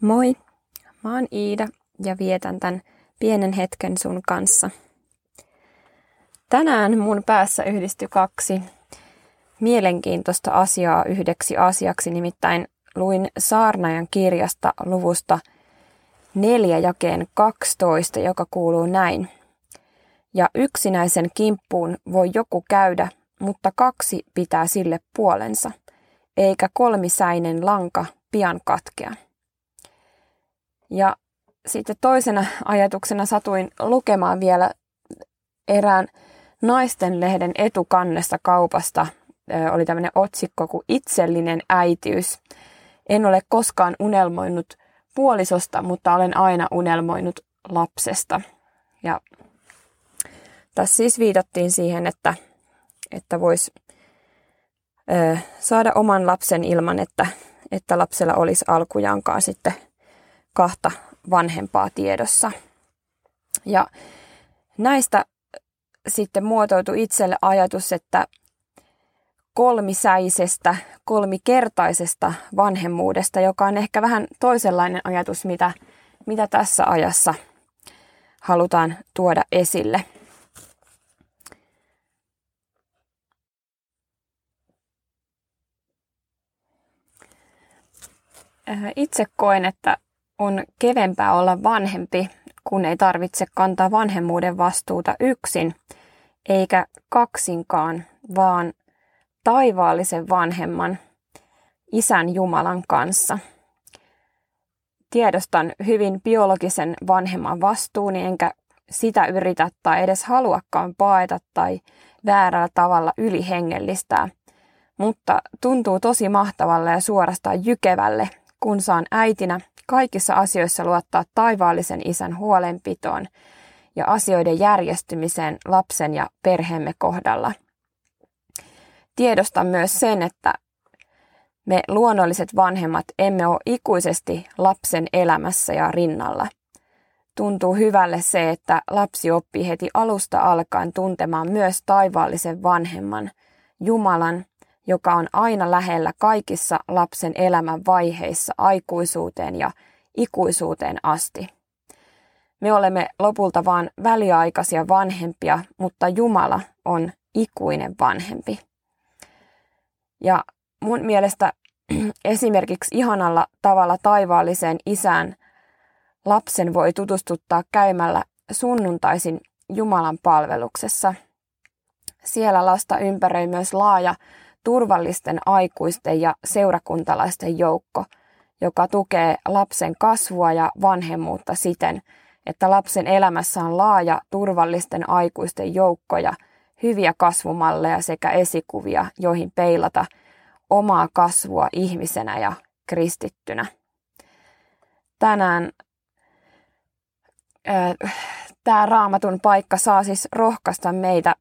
Moi, mä oon Iida ja vietän tän pienen hetken sun kanssa. Tänään mun päässä yhdistyi kaksi mielenkiintoista asiaa yhdeksi asiaksi, nimittäin luin Saarnaajan kirjasta luvusta 4 jakeen 12, joka kuuluu näin. Ja yksinäisen kimppuun voi joku käydä, mutta 2 pitää sille puolensa, eikä kolmisäinen lanka pian katkea. Ja sitten toisena ajatuksena satuin lukemaan vielä erään Naistenlehden etukannesta kaupasta. Oli tämmöinen otsikko kuin itsellinen äitiys. En ole koskaan unelmoinut puolisosta, mutta olen aina unelmoinut lapsesta. Ja tässä siis viitattiin siihen, että voisi saada oman lapsen ilman, että lapsella olisi alkujaankaan sitten 2 vanhempaa tiedossa. Ja näistä sitten muotoutui itselle ajatus, että kolmisäisestä, kolmikertaisesta vanhemmuudesta, joka on ehkä vähän toisenlainen ajatus, mitä tässä ajassa halutaan tuoda esille. Itse koen, että on kevempää olla vanhempi, kun ei tarvitse kantaa vanhemmuuden vastuuta yksin, eikä kaksinkaan, vaan taivaallisen vanhemman, Isän Jumalan kanssa. Tiedostan hyvin biologisen vanhemman vastuuni, enkä sitä yritä tai edes haluakaan paeta tai väärällä tavalla ylihengellistää, mutta tuntuu tosi mahtavalle ja suorastaan jykevälle, kun saan äitinä kaikissa asioissa luottaa taivaallisen Isän huolenpitoon ja asioiden järjestymiseen lapsen ja perheemme kohdalla. Tiedostan myös sen, että me luonnolliset vanhemmat emme ole ikuisesti lapsen elämässä ja rinnalla. Tuntuu hyvälle se, että lapsi oppii heti alusta alkaen tuntemaan myös taivaallisen vanhemman, Jumalan, joka on aina lähellä kaikissa lapsen elämän vaiheissa aikuisuuteen ja ikuisuuteen asti. Me olemme lopulta vain väliaikaisia vanhempia, mutta Jumala on ikuinen vanhempi. Ja mun mielestä esimerkiksi ihanalla tavalla taivaalliseen Isään lapsen voi tutustuttaa käymällä sunnuntaisin Jumalan palveluksessa. Siellä lasta ympäröi myös laaja turvallisten aikuisten ja seurakuntalaisten joukko, joka tukee lapsen kasvua ja vanhemmuutta siten, että lapsen elämässä on laaja turvallisten aikuisten joukko ja hyviä kasvumalleja sekä esikuvia, joihin peilata omaa kasvua ihmisenä ja kristittynä. Tänään tämä Raamatun paikka saa siis rohkaista meitä,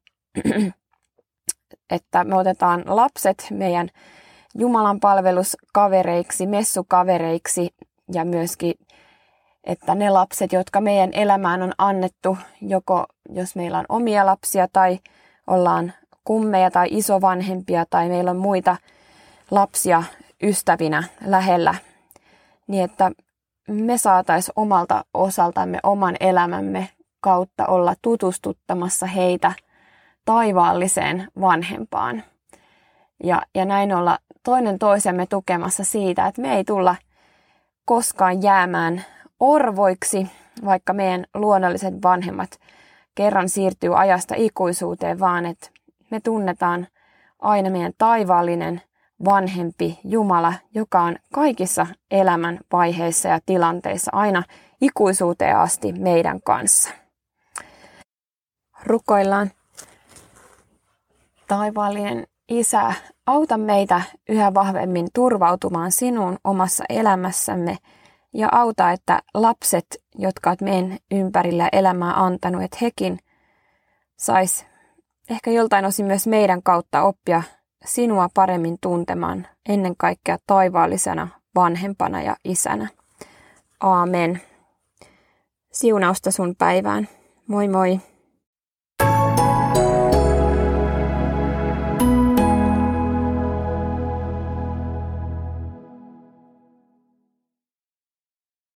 että me otetaan lapset meidän Jumalan palveluskavereiksi, messukavereiksi ja myöskin, että ne lapset, jotka meidän elämään on annettu, joko jos meillä on omia lapsia tai ollaan kummeja tai isovanhempia tai meillä on muita lapsia ystävinä lähellä, niin että me saataisiin omalta osaltamme oman elämämme kautta olla tutustuttamassa heitä taivaalliseen vanhempaan. Ja näin olla toinen toisemme tukemassa siitä, että me ei tulla koskaan jäämään orvoiksi, vaikka meidän luonnolliset vanhemmat kerran siirtyy ajasta ikuisuuteen, vaan että me tunnetaan aina meidän taivaallinen vanhempi Jumala, joka on kaikissa elämän vaiheissa ja tilanteissa aina ikuisuuteen asti meidän kanssa. Rukoillaan. Taivaallinen Isä, auta meitä yhä vahvemmin turvautumaan sinuun omassa elämässämme ja auta, että lapset, jotka olet meidän ympärillä elämää antanut, että hekin sais ehkä joltain osin myös meidän kautta oppia sinua paremmin tuntemaan ennen kaikkea taivaallisena vanhempana ja isänä. Aamen. Siunausta sun päivään. Moi moi.